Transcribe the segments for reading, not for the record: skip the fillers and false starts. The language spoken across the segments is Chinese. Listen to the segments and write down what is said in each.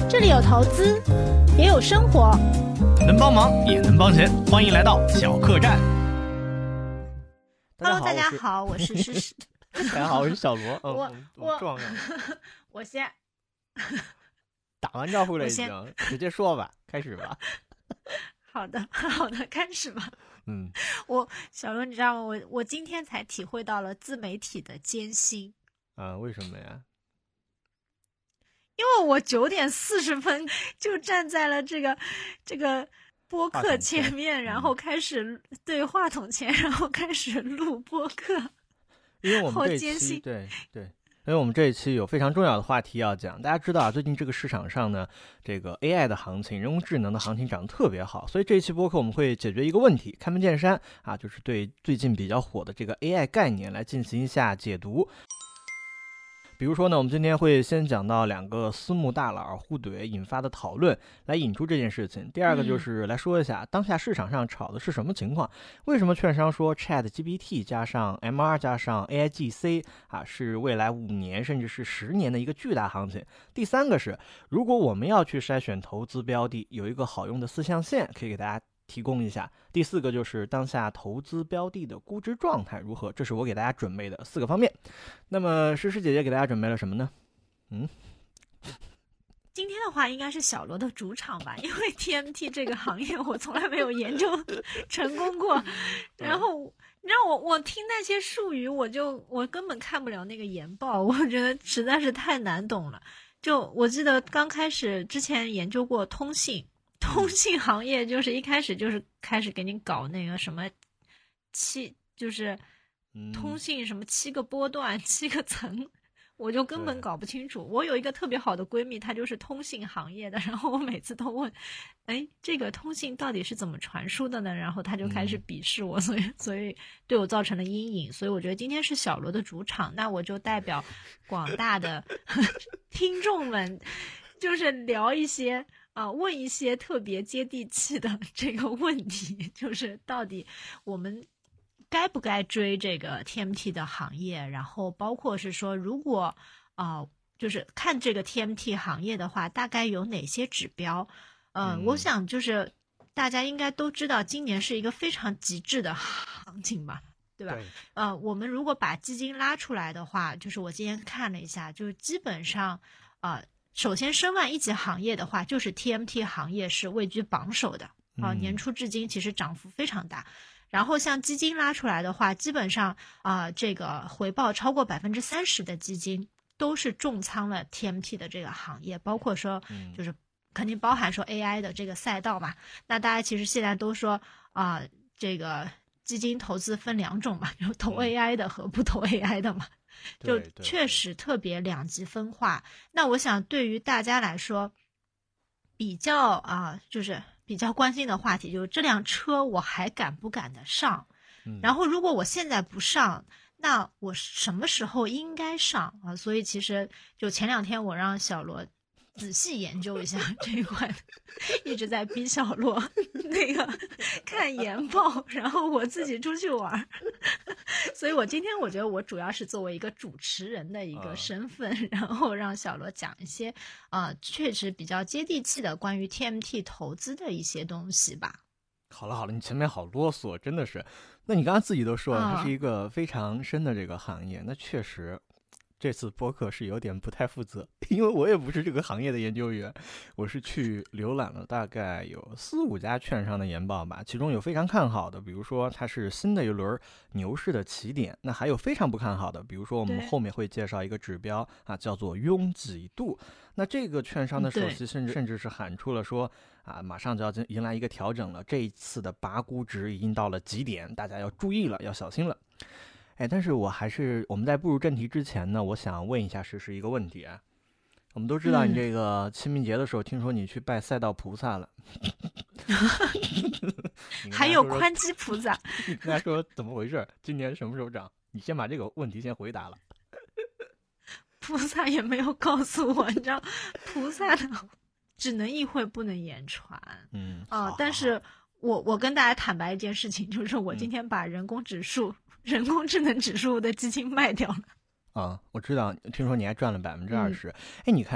这里有投资，也有生活， 能帮忙也能帮钱，欢迎来到小客栈。 Hello， 大家好，我是诗诗。 大家好，我是小罗。 我撞上了。 我先打完招呼了已经，直接说吧，开始吧。 好的，开始吧。小罗，你知道吗？我今天才体会到了自媒体的艰辛。 为什么呀？ 因为我9点40分就站在了这个播客前面，然后开始对话筒前，然后开始录播客。 因为我们这一期对，因为我们这一期有非常重要的话题要讲。大家知道啊，最近这个市场上呢，这个 AI 的行情、人工智能的行情涨得特别好，所以这一期播客我们会解决一个问题，开门见山啊，就是对最近比较火的这个 AI 概念来进行一下解读。比如说呢，我们今天会先讲到2个私募大佬互怼引发的讨论，来引出这件事情。第二个就是来说一下当下市场上炒的是什么情况，为什么券商说 ChatGPT 加上 MR 加上 AIGC 是未来5年甚至是10年的一个巨大行情。第三个是，如果我们要去筛选投资标的，有一个好用的4象限可以给大家提供一下。第4个就是当下投资标的的估值状态如何，这是我给大家准备的4个方面。那么诗诗姐姐给大家准备了什么呢？ 今天的话应该是小罗的主场吧，因为 TMT 这个行业我从来没有研究成功过。然后你让我听那些术语，我根本看不了那个研报，我觉得实在是太难懂了。就我记得刚开始之前研究过通信行业，就是一开始就是开始给你搞那个什么就是通信什么7个波段7个层，我就根本搞不清楚。我有一个特别好的闺蜜，她就是通信行业的，然后我每次都问，这个通信到底是怎么传输的呢？然后她就开始鄙视我，所以对我造成了阴影。所以我觉得今天是小罗的主场，那我就代表广大的听众们，就是聊一些问一些特别接地气的这个问题，就是到底我们该不该追这个 TMT 的行业，然后包括是说，如果就是看这个 TMT 行业的话，大概有哪些指标？我想就是大家应该都知道，今年是一个非常极致的行情吧，对吧？对。我们如果把基金拉出来的话，就是我今天看了一下，就是基本上首先申万一级行业的话，就是 TMT 行业是位居榜首的年初至今其实涨幅非常大。然后像基金拉出来的话，基本上这个回报超过30%的基金都是重仓了 TMT 的这个行业，包括说就是肯定包含说 AI 的这个赛道嘛。那大家其实现在都说这个基金投资分2种嘛，有投 AI 的和不投 AI 的嘛。就确实特别2极分化。那我想对于大家来说就是比较关心的话题，就是这辆车我还赶不赶得上，然后如果我现在不上，那我什么时候应该上所以其实就前2天我让小罗仔细研究一下这一块，一直在逼小罗那个看研报，然后我自己出去玩。所以我今天我觉得我主要是作为一个主持人的一个身份，然后让小罗讲一些确实比较接地气的关于 TMT 投资的一些东西吧。 好了，你前面好啰嗦，真的是。那你刚刚自己都说了，它是一个非常深的这个行业，那确实这次播客是有点不太负责，因为我也不是这个行业的研究员，我是去浏览了大概有4、5家券商的研报吧，其中有非常看好的，比如说它是新的一轮牛市的起点，那还有非常不看好的，比如说我们后面会介绍一个指标叫做拥挤度。那这个券商的首席甚至是喊出了说马上就要迎来一个调整了，这一次的拔估值已经到了极点，大家要注意了，要小心了。但是我们在步入正题之前呢，我想问一下诗诗一个问题啊。我们都知道你这个清明节的时候，听说你去拜赛道菩萨了， 还有宽基菩萨， 你跟他说怎么回事？今年什么时候涨？你先把这个问题先回答了。 菩萨也没有告诉我，你知道，菩萨的只能意会不能言传。但是我跟大家坦白一件事情，就是我今天把人工智能指数的基金卖掉了。 我知道，听说你还赚了20%。你看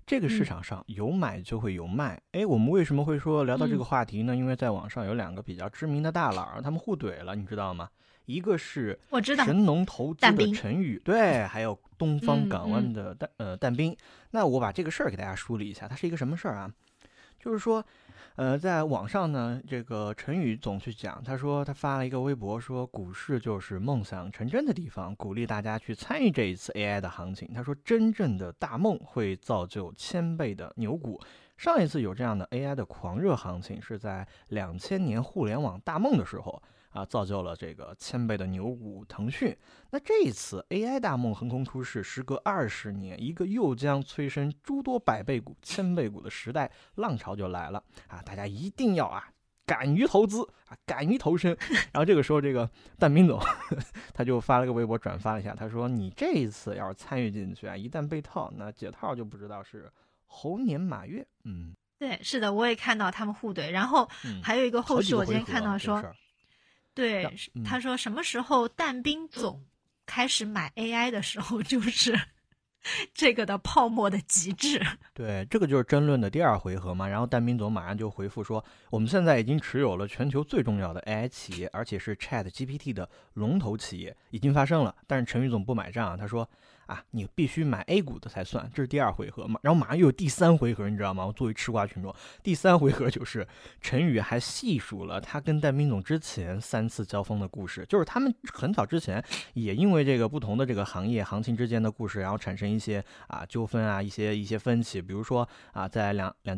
这个市场上有买就会有卖。我们为什么会说聊到这个话题呢？因为在网上有2个比较知名的大佬，他们互怼了，你知道吗？一个是神农投资的陈宇，对，还有东方港湾的但斌。那我把这个事儿给大家梳理一下，它是一个什么事儿啊？就是说在网上呢，这个陈宇总去讲，他说他发了一个微博说，股市就是梦想成真的地方，鼓励大家去参与这一次 AI 的行情。他说真正的大梦会造就1000倍的牛股。上一次有这样的 AI 的狂热行情是在2000年互联网大梦的时候造就了这个1000倍的牛股腾讯。那这一次 AI 大梦横空出世，时隔20年，一个又将催生诸多百倍股、1000倍股的时代浪潮就来了大家一定要敢于投资敢于投身。然后这个时候，这个但斌总他就发了个微博转发了一下，他说你这一次要是参与进去一旦被套，那解套就不知道是猴年马月。 对，是的，我也看到他们互怼，然后还有一个后续，我今天看到说。对，他说什么时候但斌总开始买 AI 的时候，就是这个的泡沫的极致。 对，这个就是争论的第2回合嘛。然后但斌总马上就回复说，我们现在已经持有了全球最重要的 AI 企业，而且是 ChatGPT 的龙头企业，已经发生了。但是陈宇总不买账，他说你必须买 A 股的才算，这是第2回合嘛。然后马上又有第3回合，你知道吗？我作为吃瓜群众，第3回合就是陈宇还细数了他跟但斌总之前3次交锋的故事，就是他们很早之前也因为这个不同的这个行业行情之间的故事，然后产生一些纠纷一些分歧。比如说在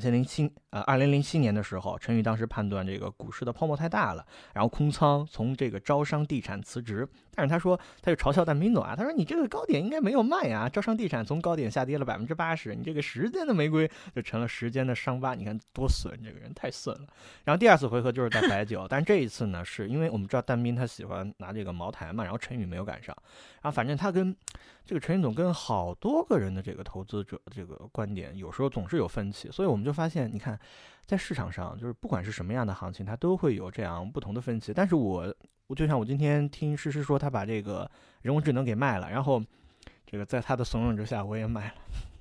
2007年的时候，陈宇当时判断这个股市的泡沫太大了，然后空仓从这个招商地产辞职。但是他说他就嘲笑但斌总他说你这个高点应该没有卖招商地产从高点下跌了80%，你这个时间的玫瑰就成了时间的伤疤，你看多损，这个人太损了。然后第2次回合就是在白酒，但是这一次呢，是因为我们知道但斌他喜欢拿这个茅台嘛，然后陈宇没有赶上，然后反正他跟这个陈宇总跟好多个人的这个投资者这个观点有时候总是有分歧，所以我们就发现，你看在市场上就是不管是什么样的行情，它都会有这样不同的分歧。但是我就像我今天听诗诗说，他把这个人工智能给卖了，然后这个在他的怂恿之下我也买了。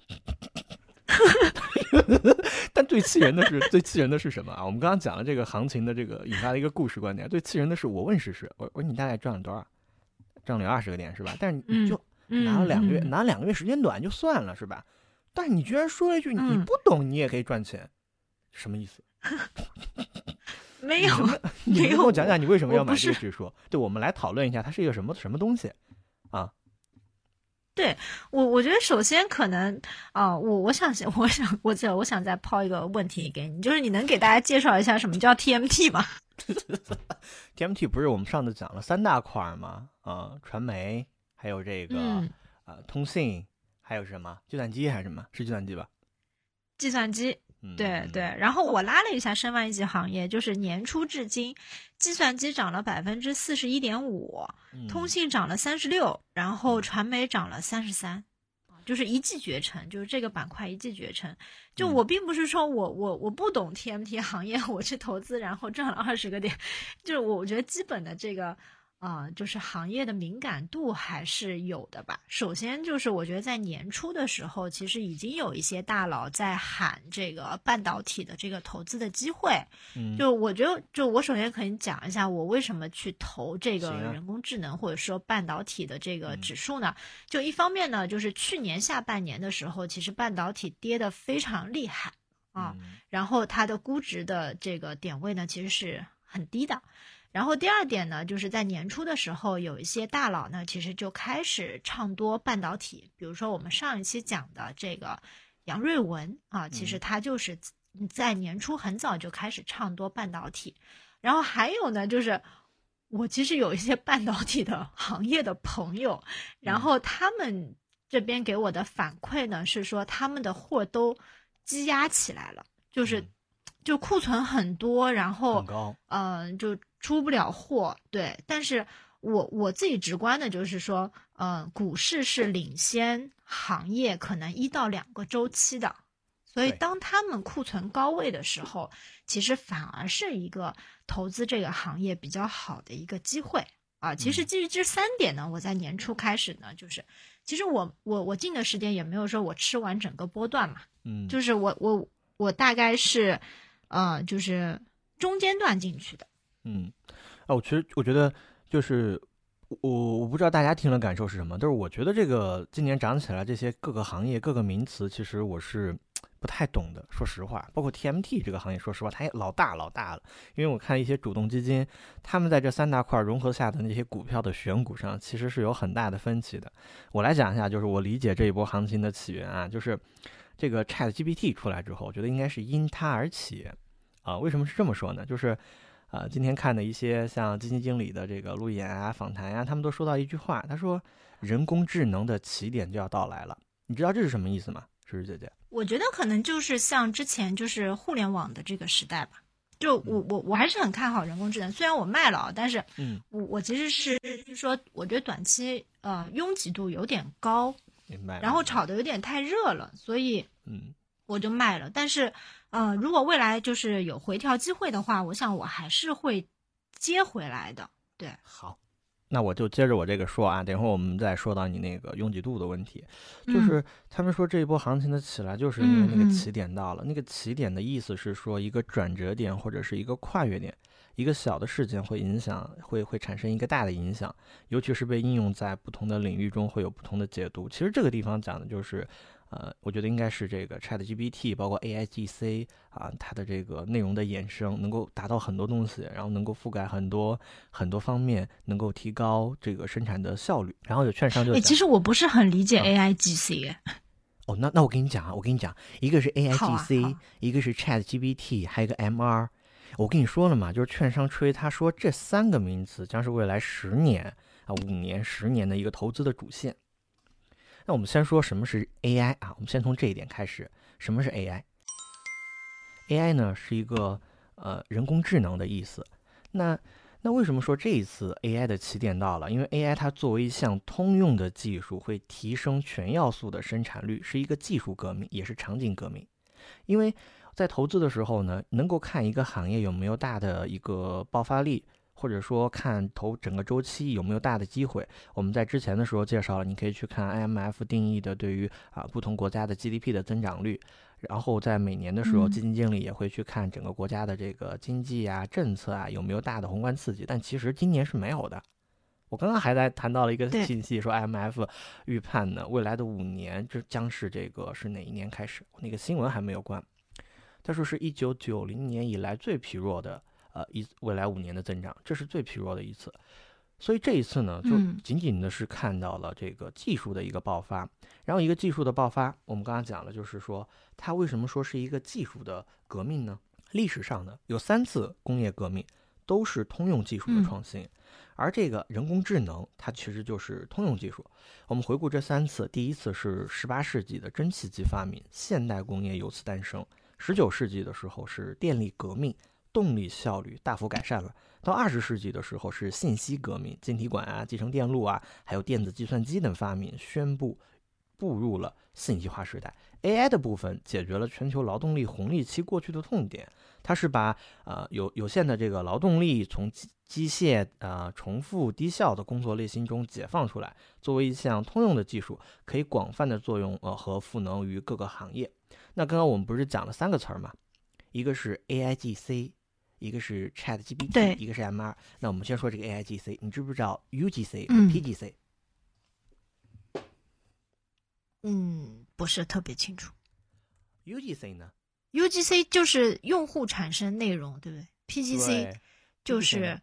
但最气人的是什么我们刚刚讲了这个行情的这个引发的一个故事观点，最气人的是我问诗诗，我说你大概赚了多少？挣了20个点是吧？但是你就拿了2个月，拿2个月时间短就算了是吧？但是你居然说了一句你不懂你也可以赚钱，什么意思？ 没有， 你跟我讲讲你为什么要买这个指数？对，我们来讨论一下它是一个什么东西对，我觉得首先可能我想再抛一个问题给你，就是你能给大家介绍一下什么叫 TMT 吗 ？TMT 不是我们上次讲了3大块吗？传媒，还有这个通信，还有什么计算机还是什么？是计算机吧？ 计算机。对对，然后我拉了一下申万一级行业，就是年初至今，计算机涨了41.5%，通信涨了36%，然后传媒涨了33%，就是一骑绝尘，就是这个板块一骑绝尘。就我并不是说我不懂 TMT 行业，我去投资然后赚了20个点，就是我觉得基本的这个。就是行业的敏感度还是有的吧。首先就是我觉得在年初的时候，其实已经有一些大佬在喊这个半导体的这个投资的机会。就我觉得，就我首先可以讲一下我为什么去投这个人工智能或者说半导体的这个指数呢？就一方面呢，就是去年下半年的时候，其实半导体跌得非常厉害然后它的估值的这个点位呢，其实是很低的。然后第二点呢，就是在年初的时候，有一些大佬呢，其实就开始唱多半导体，比如说我们上一期讲的这个杨瑞文其实他就是在年初很早就开始唱多半导体。然后还有呢，就是我其实有一些半导体的行业的朋友，然后他们这边给我的反馈呢是说，他们的货都积压起来了，就库存很多，然后就出不了货。对，但是我自己直观的就是说，股市是领先行业可能1到2个周期的，所以当他们库存高位的时候，其实反而是一个投资这个行业比较好的一个机会其实基于这3点呢，我在年初开始呢，就是其实我进的时间也没有说我吃完整个波段嘛， 就是我大概是就是中间段进去的。 我觉得就是我不知道大家听了感受是什么，但是我觉得这个今年涨起来这些各个行业各个名词，其实我是不太懂的，说实话。包括 TMT 这个行业，说实话它也老大了，因为我看一些主动基金，他们在这3大块融合下的那些股票的选股上，其实是有很大的分歧的。我来讲一下，就是我理解这一波行情的起源啊，就是这个 ChatGPT 出来之后，我觉得应该是因它而起啊。为什么是这么说呢？就是今天看的一些像基金经理的这个路演啊、访谈啊，他们都说到一句话，他说人工智能的起点就要到来了。你知道这是什么意思吗？诗诗姐姐？ 我觉得可能就是像之前就是互联网的这个时代吧。就我还是很看好人工智能，虽然我卖了，但是我其实是说，我觉得短期拥挤度有点高， 明白。 然后炒的有点太热了，所以我就卖了。但是如果未来就是有回调机会的话，我想我还是会接回来的。对， 好，那我就接着我这个说啊，等会儿我们再说到你那个拥挤度的问题。就是他们说这一波行情的起来，就是因为那个起点到了。那个起点的意思是说一个转折点或者是一个跨越点，一个小的事件会影响，会产生一个大的影响，尤其是被应用在不同的领域中会有不同的解读。其实这个地方讲的就是我觉得应该是这个 ChatGPT 包括 AIGC 啊，它的这个内容的衍生能够达到很多东西，然后能够覆盖很多方面，能够提高这个生产的效率。然后有券商就讲， 其实我不是很理解 AIGC。 那我跟你讲，一个是 AIGC，一个是 ChatGPT， 还有一个 MR。我跟你说了嘛，就是券商吹，他说这3个名词将是未来10年5年、10年的一个投资的主线。那我们先说什么是 AI 啊？我们先从这一点开始。什么是 AI？AI 呢是一个人工智能的意思。那为什么说这一次 AI 的起点到了？因为 AI 它作为一项通用的技术，会提升全要素的生产率，是一个技术革命，也是场景革命。因为在投资的时候呢，能够看一个行业有没有大的一个爆发力，或者说看整个周期有没有大的机会。我们在之前的时候介绍了，你可以去看 IMF 定义的对于不同国家的 GDP 的增长率，然后在每年的时候，基金经理也会去看整个国家的这个经济啊、政策啊有没有大的宏观刺激，但其实今年是没有的。我刚刚还在谈到了一个信息，说 IMF 预判呢，未来的5年这将是哪一年开始？那个新闻还没有关。他说是1990年以来最疲弱的未来5年的增长，这是最疲弱的一次。所以这一次呢，就仅仅的是看到了这个技术的一个爆发。然后一个技术的爆发，我们刚刚讲了，就是说它为什么说是一个技术的革命呢？历史上呢有3次工业革命都是通用技术的创新，而这个人工智能它其实就是通用技术。我们回顾这3次，第一次是18世纪的蒸汽机发明，现代工业由此诞生。19世纪的时候是电力革命，动力效率大幅改善了。到20世纪的时候是信息革命，晶体管啊、集成电路啊，还有电子计算机等发明，宣布步入了信息化时代。AI 的部分解决了全球劳动力红利期过去的痛点，它是把有限的这个劳动力从机械重复低效的工作类型中解放出来，作为一项通用的技术，可以广泛的作用和赋能于各个行业。那刚刚我们不是讲了3个词吗？一个是 AIGC， 一个是 ChatGPT， 一个是 MR。那我们先说这个 AIGC， 你知不知道 UGC 和 PGC？ 不是特别清楚。 UGC 呢 ？UGC 就是用户产生内容，对不对 ？PGC 就是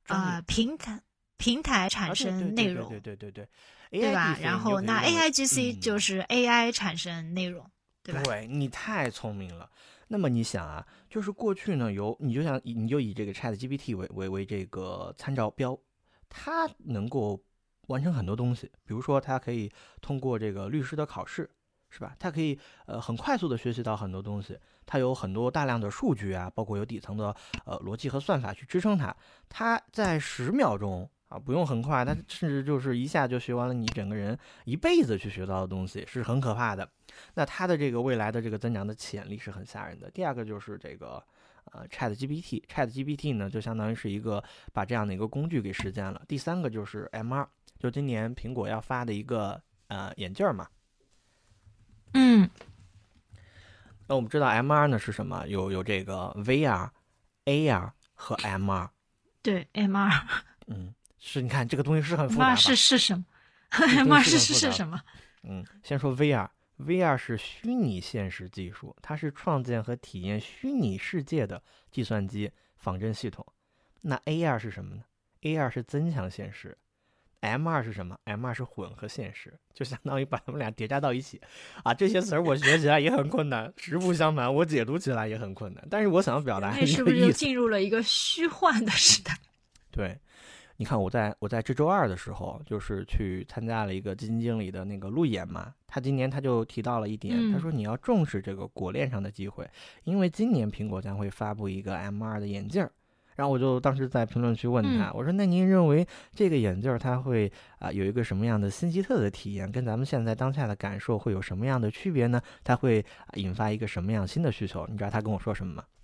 平台产生内容，对吧？然后那 AIGC 就是 AI 产生内容，对吧？ 对，你太聪明了。那么你想啊，就是过去呢你就以这个 ChatGPT 为这个参照标，它能够完成很多东西，比如说它可以通过这个律师的考试，是吧？它可以很快速的学习到很多东西，它有很多大量的数据啊，包括有底层的逻辑和算法去支撑它。它在10秒钟不用很快，它甚至就是一下就学完了你整个人一辈子去学到的东西，是很可怕的。那它的这个未来的这个增长的潜力是很吓人的。第二个就是这个ChatGPT 呢，就相当于是一个把这样的一个工具给实现了。第3个就是 MR， 就今年苹果要发的一个眼镜嘛。 那我们知道 MR 呢是什么？有这个 VR、AR 和 MR。 对 MR。 是，你看这个东西是很复杂吧？ MR 是什么？MR 是什么？ 先说 VR。VR 是虚拟现实技术，它是创建和体验虚拟世界的计算机仿真系统。那 AR 是什么呢？ AR 是增强现实。MR 是什么？ MR 是混合现实，就相当于把它们俩叠加到一起啊。这些词儿我学起来也很困难，实不相瞒，我解读起来也很困难。但是我想要表达一个意思， 是不是又进入了一个虚幻的时代？ 对，你看我在这周二的时候，就是去参加了一个基金经理的那个路演嘛。他今年他就提到了一点，他说你要重视这个果链上的机会，因为今年苹果将会发布一个 MR 的眼镜。然后我就当时在评论区问他，我说那您认为这个眼镜它会有一个什么样的新奇特的体验，跟咱们现在当下的感受会有什么样的区别呢？它会引发一个什么样新的需求？你知道他跟我说什么吗？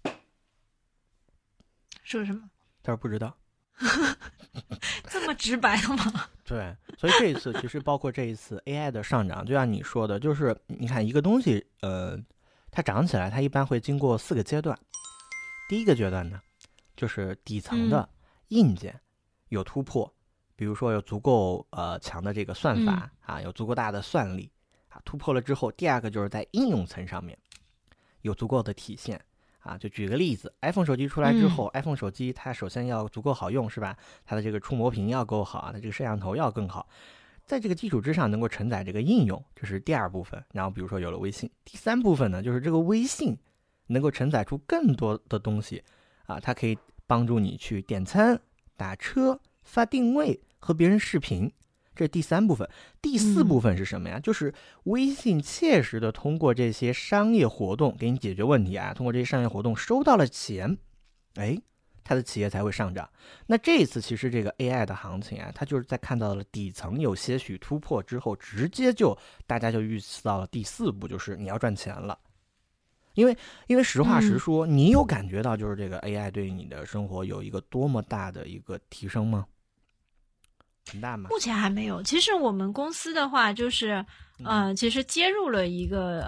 说什么？ 他说不知道。 这么直白的吗？ 对，所以这一次其实包括这一次 AI 的上涨，就像你说的，就是你看一个东西它涨起来，它一般会经过4个阶段。第一个阶段呢，就是底层的硬件有突破，比如说有足够强的这个算法有足够大的算力突破了之后，第二个就是在应用层上面有足够的体现就举个例子 ，iPhone 手机出来之后，iPhone 手机它首先要足够好用，是吧？它的这个触摸屏要够好，它这个摄像头要更好，在这个基础之上能够承载这个应用，这是第2部分。然后比如说有了微信，第3部分呢，就是这个微信能够承载出更多的东西它可以帮助你去点餐、打车、发定位和别人视频，这是第3部分。第4部分是什么呀？就是微信切实的通过这些商业活动给你解决问题通过这些商业活动收到了钱，它的企业才会上涨。那这一次其实这个 AI 的行情它就是在看到了底层有些许突破之后，直接大家就预测到了第4步，就是你要赚钱了。因为实话实说，你有感觉到就是这个 AI 对你的生活有一个多么大的一个提升吗？很大吗？ 目前还没有。其实我们公司的话，就是其实接入了一个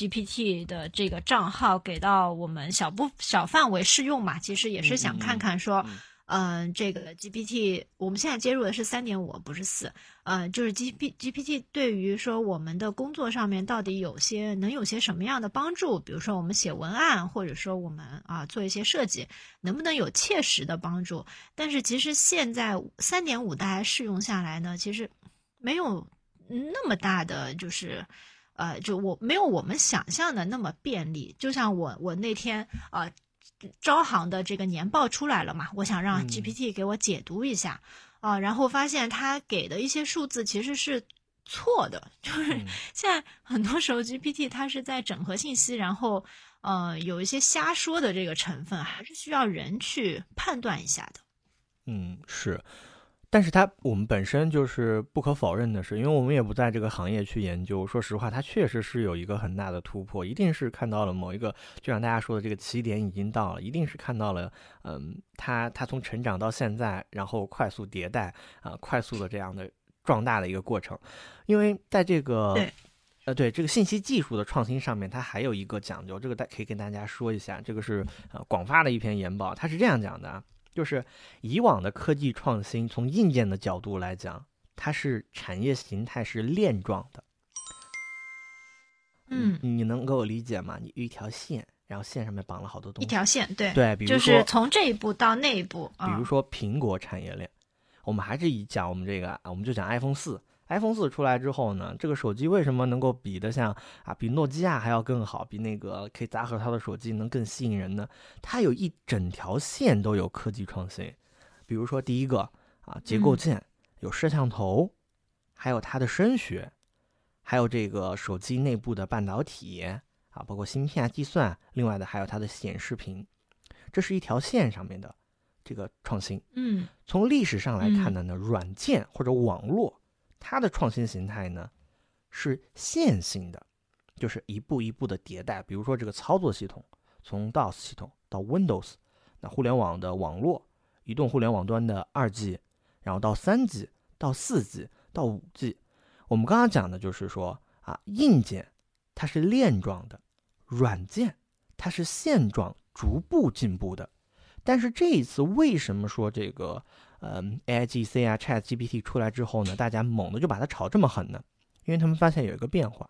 GPT 的这个账号给到我们小范围试用嘛，其实也是想看看说这个 GPT 我们现在接入的是 3.5 不是4，就是 GPT 对于说我们的工作上面到底能有些什么样的帮助，比如说我们写文案，或者说我们做一些设计，能不能有切实的帮助。但是其实现在 3.5 大家试用下来呢，其实没有那么大的就是就没有我们想象的那么便利。就像我那天招行的这个年报出来了嘛，我想让 GPT 给我解读一下然后发现他给的一些数字其实是错的，就是现在很多时候 GPT 它是在整合信息，然后有一些瞎说的这个成分，还是需要人去判断一下的。 是。但是我们本身就是不可否认的是，因为我们也不在这个行业去研究，说实话它确实是有一个很大的突破，一定是看到了某一个，就像大家说的这个起点已经到了，一定是看到了它从成长到现在，然后快速迭代快速的这样的壮大的一个过程。因为在这个对这个信息技术的创新上面，它还有一个讲究，这个可以跟大家说一下，这个是广发的一篇研报，它是这样讲的就是以往的科技创新从硬件的角度来讲，它是产业形态是链状的。你能够理解吗？你一条线，然后线上面绑了好多东西。 一条线，对， 比如说就是从这一步到那一步。 比如说苹果产业链，我们还是讲我们这个我们就讲 iPhone 4出来之后呢，这个手机为什么能够比得像比诺基亚还要更好，比那个可以砸核桃的手机能更吸引人呢？它有一整条线都有科技创新。比如说第一个结构件，有摄像头，还有它的声学，还有这个手机内部的半导体包括芯片计算，另外的还有它的显示屏，这是一条线上面的这个创新。从历史上来看呢，软件或者网络它的创新形态呢是线性的，就是一步一步的迭代。比如说这个操作系统，从 DOS 系统到 Windows， 那互联网的网络，移动互联网端的2G， 然后到3G， 到4G， 到5G。我们刚刚讲的就是说硬件它是链状的， 软件它是现状逐步进步的。但是这一次为什么说这个AIGC 啊 ChatGPT 出来之后呢，大家猛的就把它炒这么狠呢？因为他们发现有一个变化。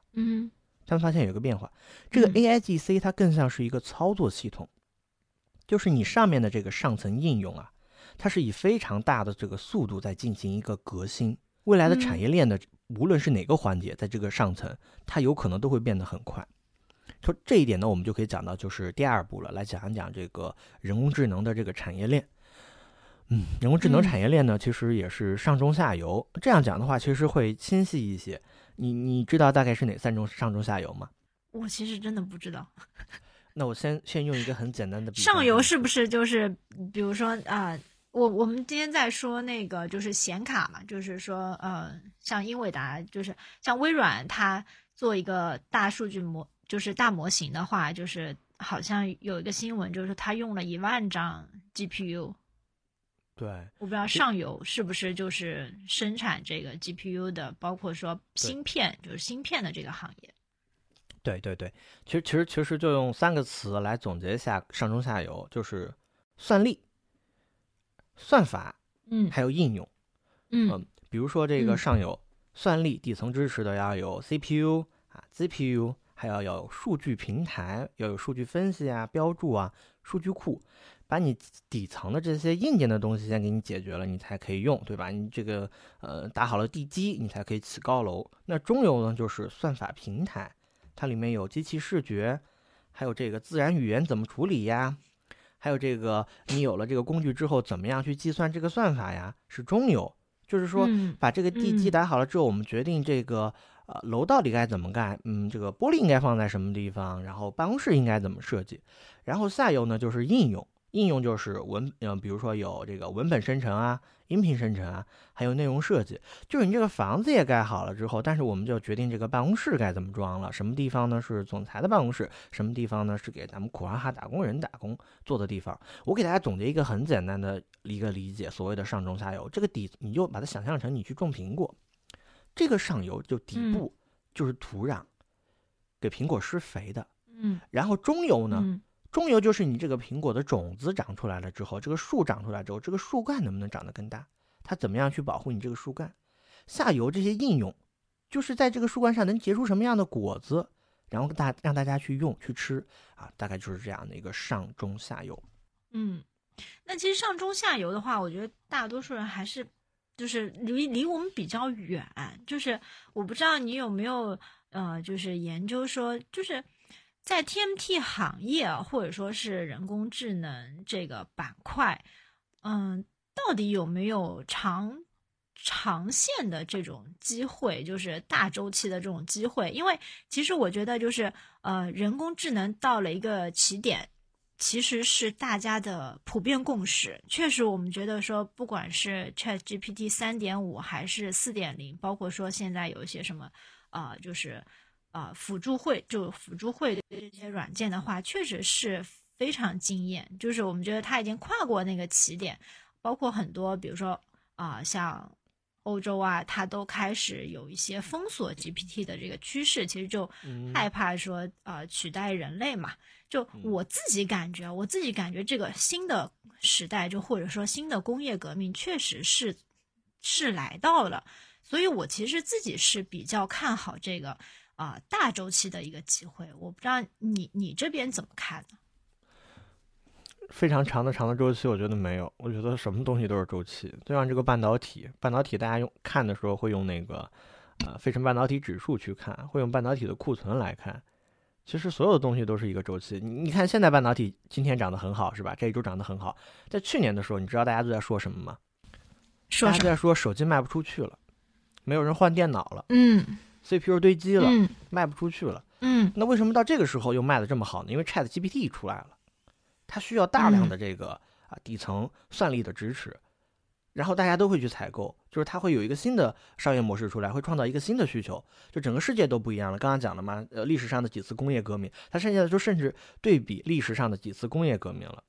这个 AIGC 它更像是一个操作系统，就是你上面的这个上层应用啊，它是以非常大的这个速度在进行一个革新。未来的产业链的无论是哪个环节，在这个上层，它有可能都会变得很快。说这一点呢，我们就可以讲到就是第二步了，来讲一讲这个人工智能的这个产业链。人工智能产业链呢，其实也是上中下游。这样讲的话，其实会清晰一些。你知道大概是哪三种上中下游吗？ 我其实真的不知道。 那我先用一个很简单的比方。 上游是不是就是比如说我们今天在说那个就是显卡嘛，就是说像英伟达，就是像微软，它做一个大数据就是大模型的话，就是好像有一个新闻，就是它用了10000张 GPU。 对， 我不知道上游是不是就是生产这个 GPU 的，包括说芯片，就是芯片的这个行业。 对，其实就用3个词来总结一下上中下游，就是算力、算法，还有应用。比如说这个上游算力底层支持的要有 CPU 啊、GPU， 还要有数据平台，要有数据分析啊、标注啊、数据库。把你底层的这些硬件的东西先给你解决了，你才可以用，对吧？你这个打好了地基，你才可以起高楼。那中游呢，就是算法平台，它里面有机器视觉，还有这个自然语言怎么处理呀，还有这个你有了这个工具之后，怎么样去计算这个算法呀，是中游。就是说把这个地基打好了之后，我们决定这个楼到底该怎么盖，这个玻璃应该放在什么地方，然后办公室应该怎么设计。然后下游呢，就是应用。应用就是比如说有这个文本生成啊、音频生成啊，还有内容设计。就是你这个房子也盖好了之后，但是我们就决定这个办公室该怎么装了。什么地方呢是总裁的办公室，什么地方呢是给咱们苦哈哈打工人打工做的地方。我给大家总结一个很简单的一个理解，所谓的上中下游，这个底你就把它想象成你去种苹果，这个上游就底部就是土壤，给苹果施肥的。然后中游呢？中游就是你这个苹果的种子长出来了之后，这个树长出来之后，这个树干能不能长得更大？它怎么样去保护你这个树干？下游这些应用，就是在这个树干上能结出什么样的果子，然后让大家去用去吃啊，大概就是这样的一个上中下游。 那其实上中下游的话，我觉得大多数人还是就是离我们比较远，就是我不知道你有没有就是研究说，就是在 TMT 行业或者说是人工智能这个板块，到底有没有长线的这种机会，就是大周期的这种机会？因为其实我觉得就是人工智能到了一个起点，其实是大家的普遍共识。确实我们觉得说，不管是 ChatGPT 3.5 还是4.0，包括说现在有一些什么就是辅助会的这些软件的话，确实是非常惊艳。就是我们觉得它已经跨过那个起点，包括很多比如说像欧洲啊，它都开始有一些封锁 GPT 的这个趋势，其实就害怕说取代人类嘛。就我自己感觉这个新的时代，就或者说新的工业革命，确实是来到了。所以我其实自己是比较看好这个大周期的一个机会。我不知道你这边怎么看呢？ 非常长的周期，我觉得没有。我觉得什么东西都是周期。就像这个半导体，大家看的时候会用那个费城半导体指数去看，会用半导体的库存来看。其实所有的东西都是一个周期。你看现在半导体今天涨得很好，是吧？这一周涨得很好。在去年的时候，你知道大家都在说什么吗？大家都在说手机卖不出去了，没有人换电脑了，CPU 堆积了，卖不出去了。那为什么到这个时候又卖得这么好呢？因为 ChatGPT 出来了，它需要大量的这个底层算力的支持，然后大家都会去采购，就是它会有一个新的商业模式出来，会创造一个新的需求，就整个世界都不一样了。刚刚讲了嘛，历史上的几次工业革命，它现在就甚至对比历史上的几次工业革命了。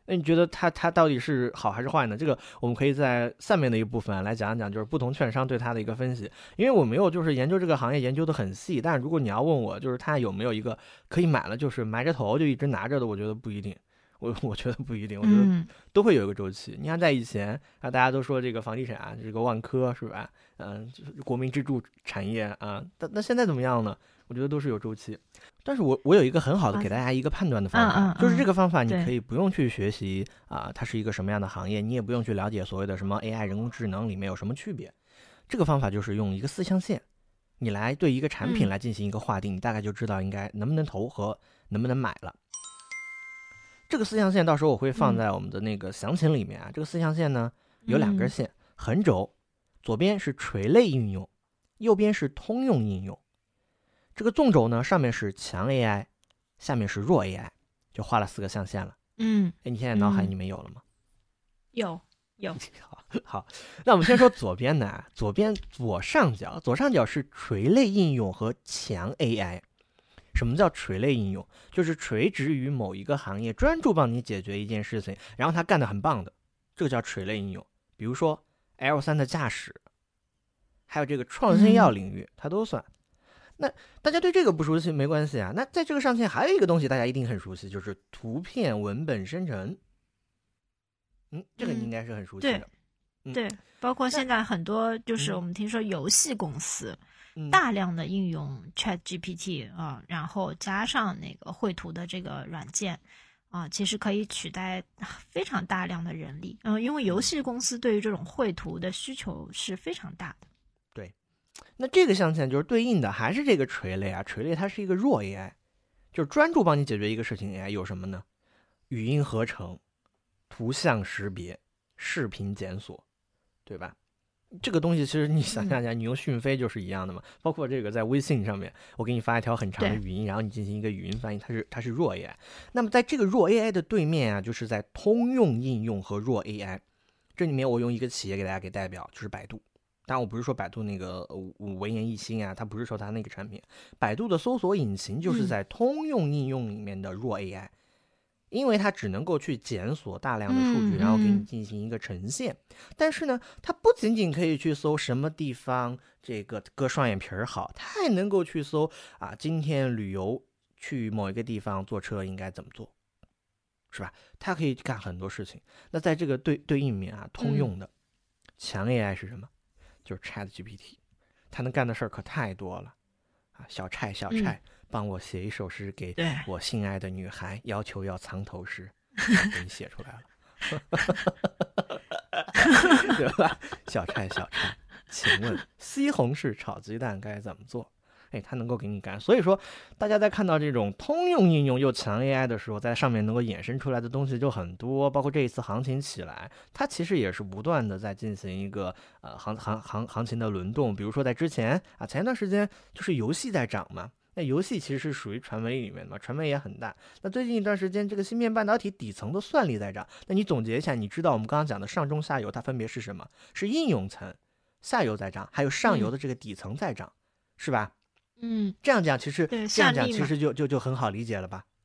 那你觉得它到底是好还是坏呢？这个我们可以在下面的一部分来讲一讲，就是不同券商对它的一个分析。因为我没有就是研究这个行业研究的很细，但是如果你要问我，就是它有没有一个可以买了就是埋着头就一直拿着的，我觉得不一定。我觉得不一定，我觉得都会有一个周期。你看在以前啊，大家都说这个房地产这个万科是吧？国民支柱产业啊，那现在怎么样呢？我觉得都是有周期。但是我有一个很好的给大家一个判断的方法，就是这个方法你可以不用去学习它是一个什么样的行业，你也不用去了解所谓的什么 AI 人工智能里面有什么区别。这个方法就是用一个四象限，你来对一个产品来进行一个划定，你大概就知道应该能不能投和能不能买了。这个四象限到时候我会放在我们的那个详情里面啊。这个四象限呢有2根线，横轴左边是垂类应用，右边是通用应用。这个纵轴呢上面是强 AI， 下面是弱 AI， 就画了4个象限了。你现在脑海里面有了吗？ 有好，那我们先说左边的左边左上角是垂类应用和强 AI。什么叫垂类应用？就是垂直于某一个行业，专注帮你解决一件事情，然后他干得很棒的，这个叫垂类应用。比如说 L3 的驾驶，还有这个创新药领域，它都算。那大家对这个不熟悉没关系啊。那在这个上线还有一个东西大家一定很熟悉，就是图片文本生成。这个你应该是很熟悉的。 对，包括现在很多就是我们听说游戏公司。大量的应用 ChatGPT 然后加上那个绘图的这个软件其实可以取代非常大量的人力。因为游戏公司对于这种绘图的需求是非常大的。 对，那这个象限就是对应的还是这个垂类啊。垂类它是一个弱 AI， 就是专注帮你解决一个事情 AI 有什么呢？语音合成、图像识别、视频检索，对吧？这个东西其实你想象一下，你用讯飞就是一样的嘛。包括这个在微信上面，我给你发一条很长的语音，然后你进行一个语音翻译，它是弱 AI。那么在这个弱 AI 的对面啊，就是在通用应用和弱 AI。这里面我用一个企业给大家给代表，就是百度。当然我不是说百度那个文言一心啊，它不是说它那个产品。百度的搜索引擎就是在通用应用里面的弱 AI。因为它只能够去检索大量的数据，然后给你进行一个呈现。但是呢，它不仅仅可以去搜什么地方这个割双眼皮好，它还能够去搜今天旅游去某一个地方坐车应该怎么做，是吧？它可以干很多事情。那在这个对应面通用的强 AI 是什么？就是 ChatGPT， 它能干的事儿可太多了小蔡帮我写一首诗给我心爱的女孩，要求要藏头诗，给你写出来了。对吧？小蔡，请问西红柿炒鸡蛋该怎么做？它能够给你干。所以说大家在看到这种通用应用又强 AI 的时候，在上面能够衍生出来的东西就很多。包括这一次行情起来，它其实也是不断的在进行一个行情的轮动。比如说在之前前一段时间就是游戏在涨嘛，那游戏其实是属于传媒里面的嘛，传媒也很大。那最近一段时间这个芯片半导体底层的算力在涨，那你总结一下，你知道我们刚刚讲的上中下游它分别是什么？是应用层下游在涨，还有上游的这个底层在涨，是吧？这样讲其实就很好理解了吧？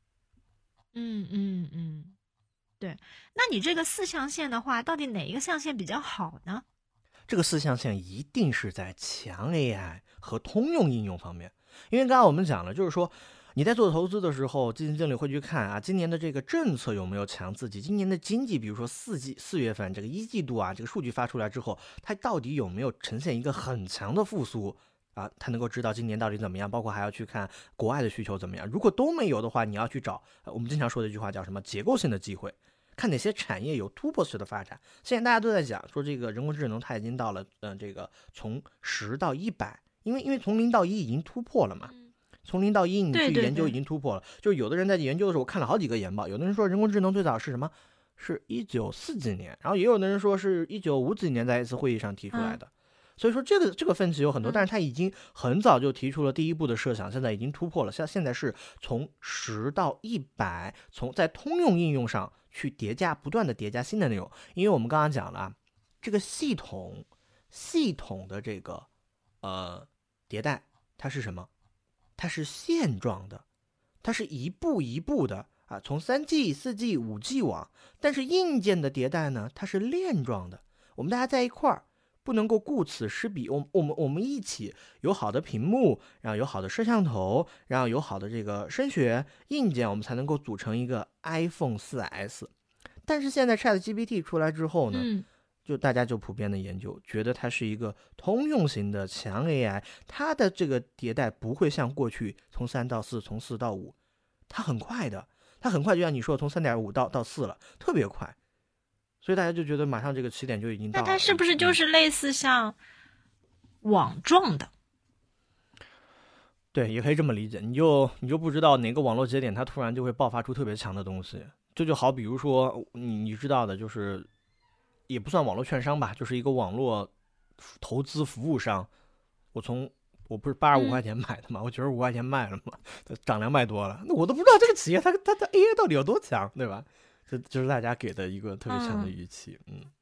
对。那你这个4象限的话，到底哪一个象限比较好呢？ 这个4象限一定是在强 AI 和通用应用方面。因为刚刚我们讲了，就是说你在做投资的时候，基金经理会去看今年的这个政策有没有强刺激，今年的经济，比如说4月份这个1季度这个数据发出来之后，它到底有没有呈现一个很强的复苏他能够知道今年到底怎么样，包括还要去看国外的需求怎么样。如果都没有的话，你要去找我们经常说的一句话叫什么？结构性的机会，看哪些产业有突破式的发展。现在大家都在讲说这个人工智能它已经到了这个从10到100，因为从0到1已经突破了嘛。从0到1你去研究已经突破了。就是有的人在研究的时候，我看了好几个研报，有的人说人工智能最早是什么？是1940几年，然后也有的人说是1950几年在一次会议上提出来的。所以说这个分歧有很多，但是他已经很早就提出了第一步的设想，现在已经突破了。现在是从10到100，从在通用应用上去不断的叠加新的内容。因为我们刚刚讲了这个系统的这个迭代，它是什么？它是线状的，它是一步一步的啊，从3G、4G、5G 网，但是硬件的迭代呢，它是链状的。我们大家在一块儿，不能够顾此失彼。我们一起有好的屏幕，然后有好的摄像头，然后有好的这个声学硬件，我们才能够组成一个 iPhone 4S。但是现在 ChatGPT 出来之后呢，就大家就普遍的研究，觉得它是一个通用型的强 AI， 它的这个迭代不会像过去从3到4，从4到5，它很快的。它很快就像你说的，从3.5到4了，特别快，所以大家就觉得马上这个起点就已经到了。 那它是不是就是类似像网状的？ 对，也可以这么理解。你就不知道哪个网络节点它突然就会爆发出特别强的东西。这就好比如说你知道的，就是也不算网络券商吧，就是一个网络投资服务商。我不是85块钱买的嘛，我95块钱卖了嘛，涨200多了，那我都不知道这个企业它的 AI 到底有多强，对吧？这就是大家给的一个特别强的预期。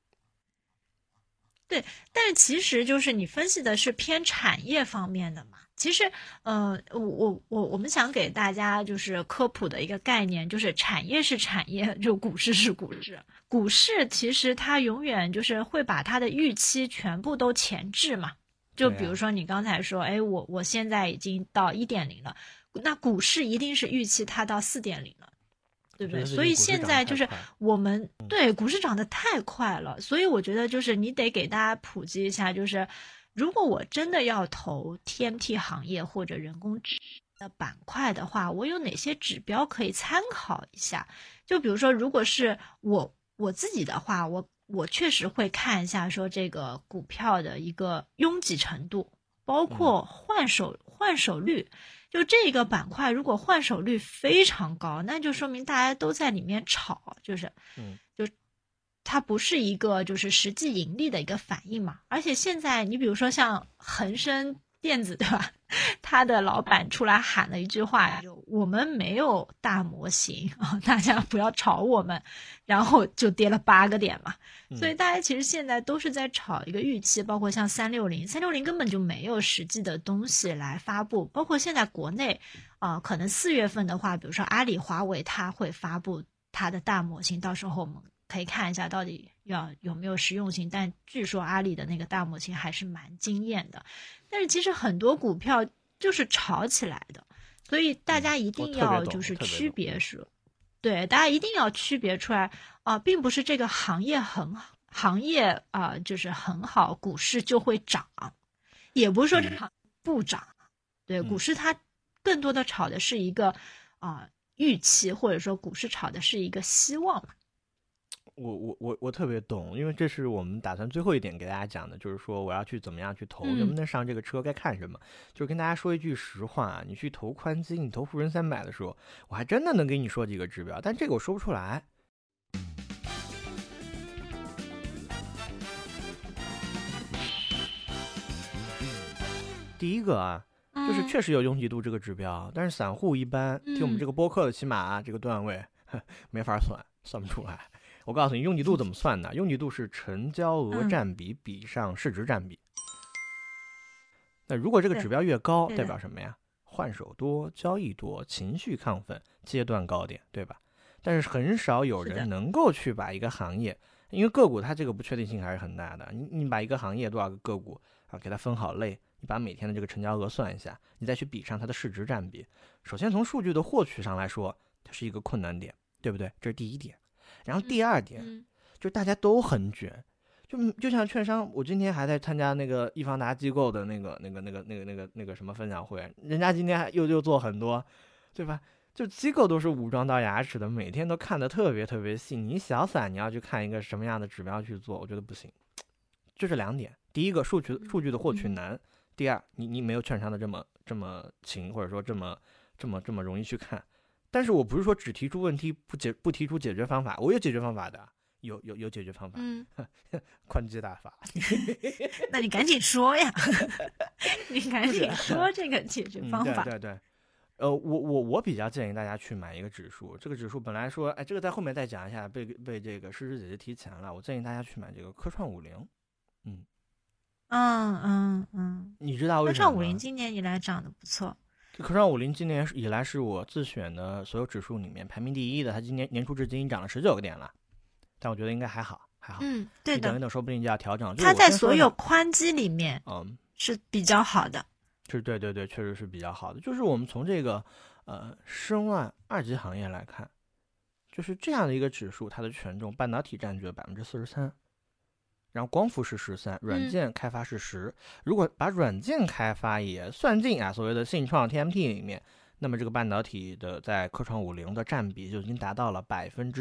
对，但是其实就是你分析的是偏产业方面的嘛。其实，我们想给大家就是科普的一个概念，就是产业是产业，就股市是股市。股市其实它永远就是会把它的预期全部都前置嘛。就比如说你刚才说，哎，我现在已经到1.0了，那股市一定是预期它到4.0了。对不对？所以现在就是我们对股市涨得太快了，所以我觉得就是你得给大家普及一下，就是如果我真的要投 TMT 行业或者人工智能的板块的话，我有哪些指标可以参考一下？就比如说，如果是我自己的话，我确实会看一下说这个股票的一个拥挤程度，包括换手率。就这个板块，如果换手率非常高，那就说明大家都在里面炒，就它不是一个就是实际盈利的一个反应嘛。而且现在你比如说像恒生电子，对吧？他的老板出来喊了一句话，就我们没有大模型啊，大家不要炒我们，然后就跌了8个点嘛。所以大家其实现在都是在炒一个预期，包括像360根本就没有实际的东西来发布，包括现在国内可能4月份的话，比如说阿里、华为，它会发布它的大模型，到时候我们可以看一下到底有没有实用性。但据说阿里的那个大模型还是蛮惊艳的。但是其实很多股票就是炒起来的，所以大家一定要就是区别说，对，大家一定要区别出来并不是这个行业就是很好，股市就会涨，也不是说这行不涨。对，股市它更多的炒的是一个预期，或者说股市炒的是一个希望嘛。 我特别懂，因为这是我们打算最后一点给大家讲的，就是说我要去怎么样去投，能不能上这个车，该看什么。就是跟大家说一句实话，你去投宽基，你投沪深300的时候，我还真的能给你说几个指标，但这个我说不出来。第一个就是确实有拥挤度这个指标，但是散户一般听我们这个播客的，起码这个段位没法算不出来。我告诉你，拥挤度怎么算呢？拥挤度是成交额占比比上市值占比。那如果这个指标越高，代表什么呀？换手多，交易多，情绪亢奋，阶段高点，对吧？但是很少有人能够去把一个行业，因为个股它这个不确定性还是很大的。你把一个行业多少个个股给它分好类，你把每天的这个成交额算一下，你再去比上它的市值占比。首先从数据的获取上来说，它是一个困难点，对不对？这是第一点。然后第二点，就是大家都很卷，就像券商，我今天还在参加那个易方达机构的那个什么分享会，人家今天还又做很多，对吧？就机构都是武装到牙齿的，每天都看得特别特别细。你小散，你要去看一个什么样的指标去做，我觉得不行。这是2点，第一个数据的获取难，第二你没有券商的这么勤，或者说这么容易去看。但是我不是说只提出问题不提出解决方法，我有解决方法的，有解决方法，宽基大法。 那你赶紧说呀，你赶紧说这个解决方法。 对，我比较建议大家去买一个指数，这个指数本来说，这个在后面再讲一下，被这个诗诗姐姐提前了，我建议大家去买这个科创50。 你知道为什么吗？科创50今年以来涨得不错。 这科创50今年以来是我自选的所有指数里面排名第一的，它今年年初至今涨了19个点了，但我觉得应该还好。 对的， 等一等，说不定就要调整。 它在所有宽基里面，是比较好的。 对，确实是比较好的。就是我们从这个申万2级行业来看，就是这样的一个指数，它的权重半导体占据了43%，然后光伏是13%，软件开发是10%。如果把软件开发也算进所谓的信创 TMT 里面，那么这个半导体的在科创50的占比就已经达到了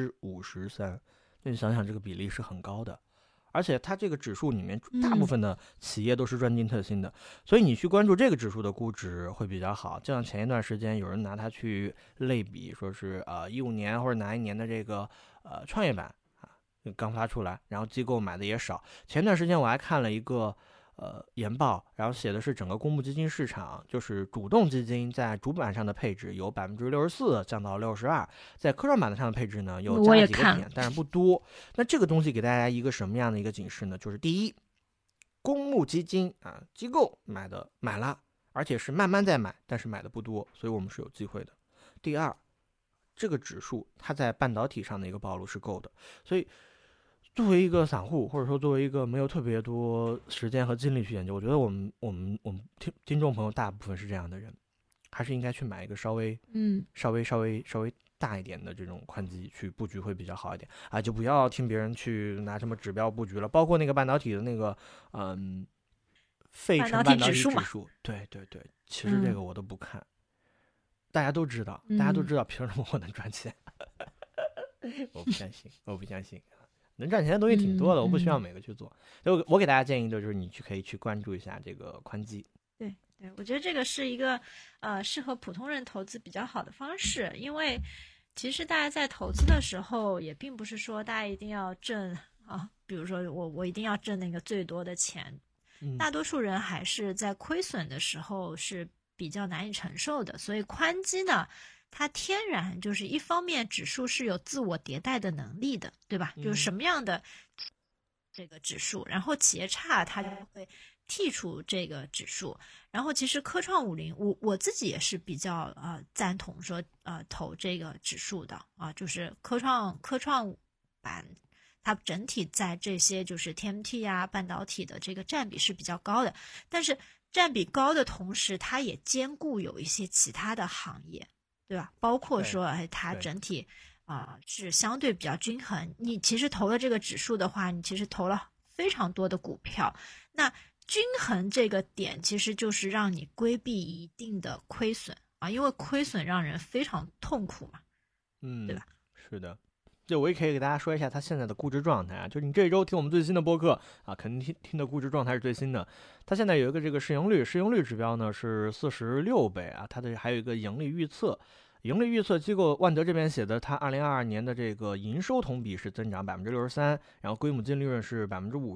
53%。那你想想，这个比例是很高的，而且它这个指数里面大部分的企业都是专精特新的，所以你去关注这个指数的估值会比较好。就像前一段时间有人拿它去类比，说是15年或者哪一年的这个创业板刚发出来，然后机构买的也少。前段时间我还看了一个研报，然后写的是整个公募基金市场，就是主动基金在主板上的配置由64%降到62%，在科创板上的配置呢又加了几个点，但是不多。那这个东西给大家一个什么样的一个警示呢？就是第一，公募基金机构买了，而且是慢慢在买，但是买的不多，所以我们是有机会的。第二，这个指数它在半导体上的一个暴露是够的，所以作为一个散户，或者说作为一个没有特别多时间和精力去研究，我觉得我们听众朋友大部分是这样的人，还是应该去买一个稍微大一点的这种宽基去布局会比较好一点就不要听别人去拿什么指标布局了，包括那个半导体的那个费城半导体指数，对，其实这个我都不看，大家都知道，凭什么我能赚钱？我不相信。能赚钱的东西挺多的，我不需要每个去做。所以我给大家建议的就是你可以去关注一下这个宽基。 对，我觉得这个是一个适合普通人投资比较好的方式，因为其实大家在投资的时候也并不是说大家一定要挣比如说我一定要挣那个最多的钱，大多数人还是在亏损的时候是比较难以承受的，所以宽基呢，它天然就是一方面指数是有自我迭代的能力的，对吧？就是什么样的这个指数，然后企业差它就会剔除这个指数。然后其实科创50，我自己也是比较赞同说投这个指数的就是科创板它整体在这些就是 TMT 半导体的这个占比是比较高的，但是占比高的同时，它也兼顾有一些其他的行业。对吧？包括说，它整体是相对比较均衡。你其实投了这个指数的话，你其实投了非常多的股票。那均衡这个点，其实就是让你规避一定的亏损因为亏损让人非常痛苦嘛。对吧？ 是的。就我也可以给大家说一下它现在的估值状态就是你这一周听我们最新的播客肯定听的估值状态是最新的。它现在有一个这个市盈率指标呢是46倍它的还有一个盈利预测机构万德这边写的，它2022年的这个营收同比是增长63%，然后归母净利润是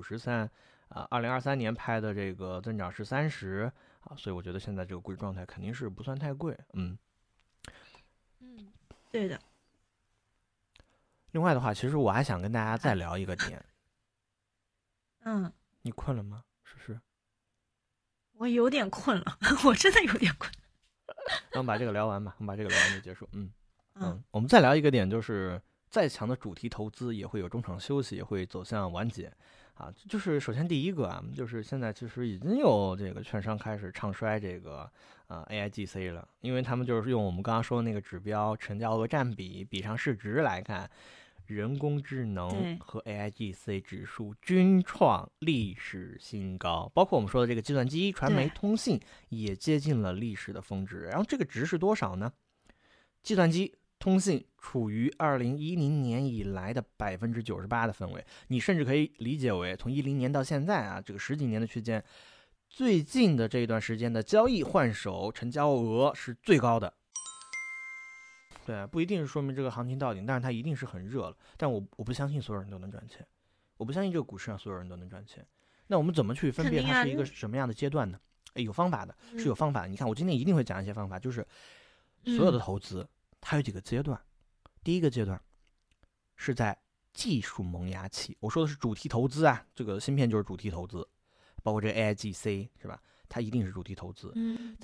53%。2023年拍的这个增长是30%所以我觉得现在这个估值状态肯定是不算太贵。 对的。 另外的话，其实我还想跟大家再聊一个点。你困了吗？是？ 我有点困了，我真的有点困。 那我们把这个聊完吧，就结束。我们再聊一个点，就是再强的主题投资也会有中场休息，也会走向完结就是首先第一个就是现在其实已经有这个券商开始唱衰这个AIGC 了，因为他们就是用我们刚刚说的那个指标成交额占比比上市值来看，人工智能和 AIGC 指数均创历史新高，包括我们说的这个计算机、传媒、通信也接近了历史的峰值。然后这个值是多少呢？计算机、通信处于2010年以来的98%的份位，你甚至可以理解为从10年到现在这个10几年的区间，最近的这一段时间的交易换手成交额是最高的。对，不一定是说明这个行情到顶，但是它一定是很热了。但我不相信所有人都能赚钱，我不相信这个股市上所有人都能赚钱。那我们怎么去分辨它是一个什么样的阶段呢？有方法的，是有方法的。你看，我今天一定会讲一些方法，就是所有的投资它有几个阶段。第一个阶段是在技术萌芽期，我说的是主题投资这个芯片就是主题投资，包括这个 AIGC 是吧？它一定是主题投资。在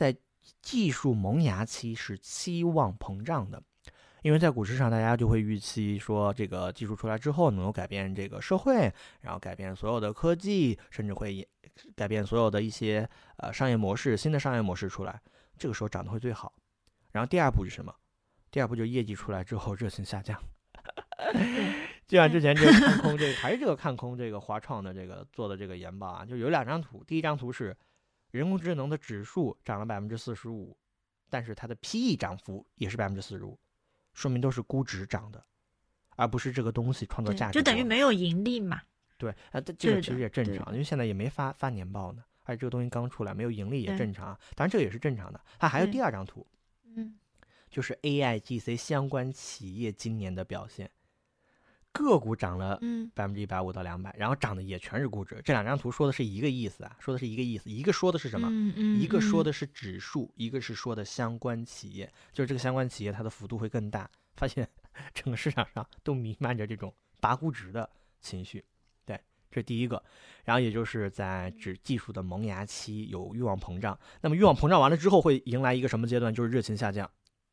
技术萌芽期是期望膨胀的。因为在股市上，大家就会预期说，这个技术出来之后能够改变这个社会，然后改变所有的科技，甚至会改变所有的一些商业模式，新的商业模式出来，这个时候涨得会最好。然后第二步是什么？第二步就是业绩出来之后热情下降。就像之前这个看空这个还是这个看空这个华创的这个做的这个研报啊，就有2张图，第一张图是人工智能的指数涨了45%，但是它的 PE 涨幅也是45%。说明都是估值涨的，而不是这个东西创造价值， 就等于没有盈利嘛。 对啊，这个其实也正常，因为现在也没发年报呢，而且这个东西刚出来，没有盈利也正常。当然这个也是正常的。它还有第2张图，就是 AIGC 相关企业今年的表现，个股涨了150%到200%，然后涨的也全是估值。这2张图说的是一个意思啊，说的是一个意思。一个说的是什么？一个说的是指数，一个是说的相关企业，就是这个相关企业它的幅度会更大。发现整个市场上都弥漫着这种拔估值的情绪，对，这是第一个。然后也就是在指技术的萌芽期有欲望膨胀，那么欲望膨胀完了之后会迎来一个什么阶段？就是热情下降，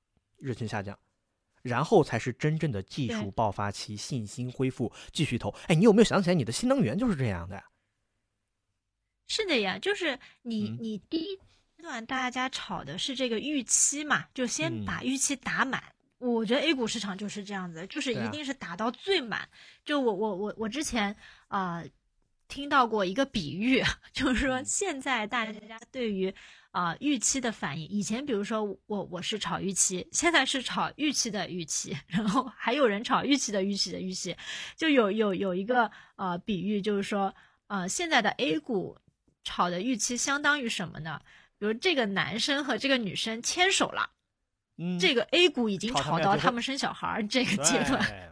然后才是真正的技术爆发期，信心恢复，继续投。哎，你有没有想起来你的新能源就是这样的呀？ 是的呀，就是你第一阶段大家炒的是这个预期嘛，就先把预期打满。我觉得 A 股市场就是这样子，就是一定是打到最满。就我之前听到过一个比喻，就是说现在大家对于预期的反应，以前比如说我是炒预期，现在是炒预期的预期，然后还有人炒预期的预期的预期，就有一个比喻，就是说现在的 A 股炒的预期相当于什么呢？比如这个男生和这个女生牵手了。这个 A 股已经炒到他们生小孩这个阶段，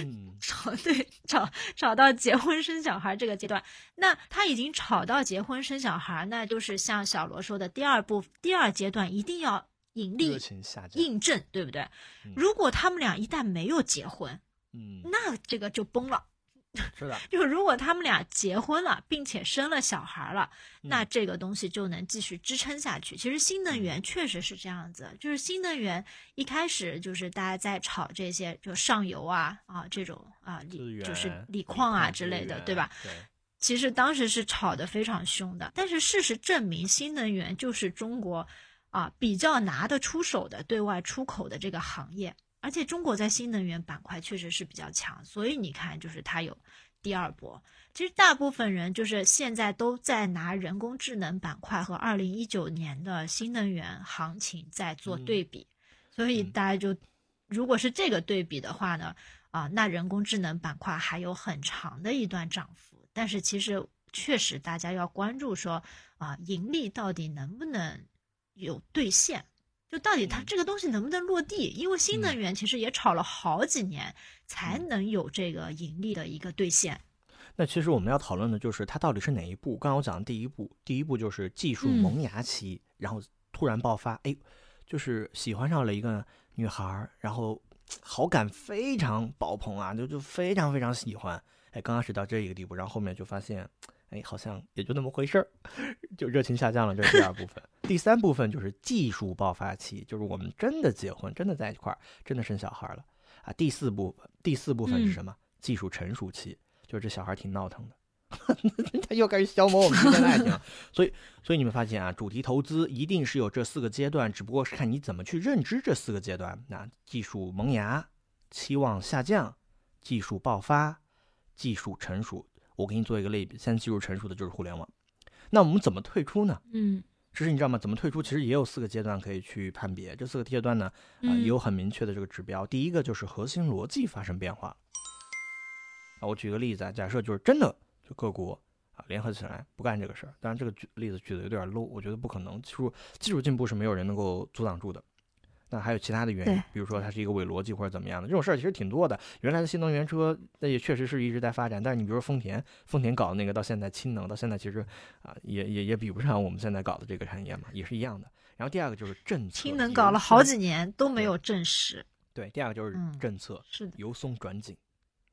炒到结婚生小孩这个阶段，那他已经炒到结婚生小孩，那就是像小罗说的第二阶段一定要盈利印证，对不对？如果他们俩一旦没有结婚，那这个就崩了。 是的， 就如果他们俩结婚了，并且生了小孩了，那这个东西就能继续支撑下去。其实新能源确实是这样子，就是新能源一开始就是大家在炒这些，就上游这种就是锂矿啊之类的，对吧？ 对。 其实当时是炒得非常凶的，但是事实证明，新能源就是中国比较拿得出手的对外出口的这个行业。而且中国在新能源板块确实是比较强，所以你看，就是它有第二波。其实大部分人就是现在都在拿人工智能板块和2019年的新能源行情在做对比，所以大家就如果是这个对比的话呢，那人工智能板块还有很长的一段涨幅。但是其实确实大家要关注说盈利到底能不能有兑现。就到底它这个东西能不能落地？因为新能源其实也炒了好几年才能有这个盈利的一个兑现。 那其实我们要讨论的就是它到底是哪一步？刚刚我讲的第一步就是技术萌芽期，然后突然爆发，就是喜欢上了一个女孩，然后好感非常爆棚啊，就非常非常喜欢。刚开始到这一个地步，然后后面就发现。好像也就那么回事儿，就热情下降了，这是第二部分。第三部分就是技术爆发期，就是我们真的结婚，真的在一块儿，真的生小孩了第四部分是什么？技术成熟期，就是这小孩挺闹腾的，他又开始消磨我们之间的爱情。所以你们发现主题投资一定是有这4个阶段，只不过是看你怎么去认知这4个阶段。那技术萌芽、期望下降、技术爆发、技术成熟。我给你做一个类比，现在技术成熟的就是互联网。那我们怎么退出呢？其实你知道吗？怎么退出？其实也有4个阶段可以去判别。这4个阶段呢，也有很明确的这个指标。第一个就是核心逻辑发生变化。我举个例子假设就是真的就各国联合起来不干这个事儿。当然这个例子举的有点 low， 我觉得不可能。技术进步是没有人能够阻挡住的。那还有其他的原因，比如说它是一个伪逻辑或者怎么样的，这种事儿其实挺多的。原来的新能源车那也确实是一直在发展，但是你比如说丰田搞的那个到现在氢能，到现在其实也比不上我们现在搞的这个产业嘛，也是一样的。然后第二个就是政策， 氢能搞了好几年都没有证实。 对，第二个就是政策， 是的， 由松转紧。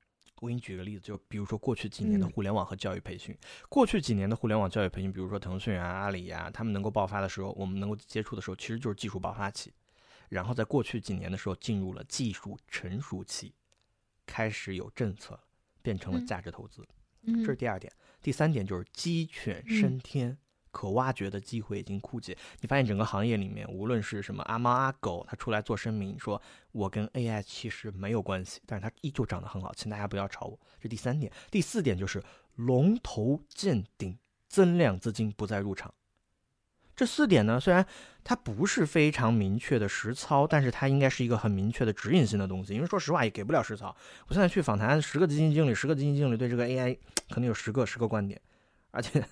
我给你举个例子，就比如说过去几年的互联网和教育培训，过去几年的互联网教育培训，比如说腾讯啊、阿里啊，他们能够爆发的时候，我们能够接触的时候，其实就是技术爆发期。然后在过去几年的时候，进入了技术成熟期，开始有政策了，变成了价值投资。这是第二点。第三点就是鸡犬升天，可挖掘的机会已经枯竭。你发现整个行业里面，无论是什么阿猫阿狗，他出来做声明说我跟 AI 其实没有关系，但是他依旧长得很好，请大家不要吵我。这第三点。第四点就是龙头见顶，增量资金不再入场。这4点呢，虽然它不是非常明确的实操，但是它应该是一个很明确的指引性的东西。因为说实话也给不了实操。我现在去访谈10个基金经理，10个基金经理对这个 AI 可能有10个观点，而且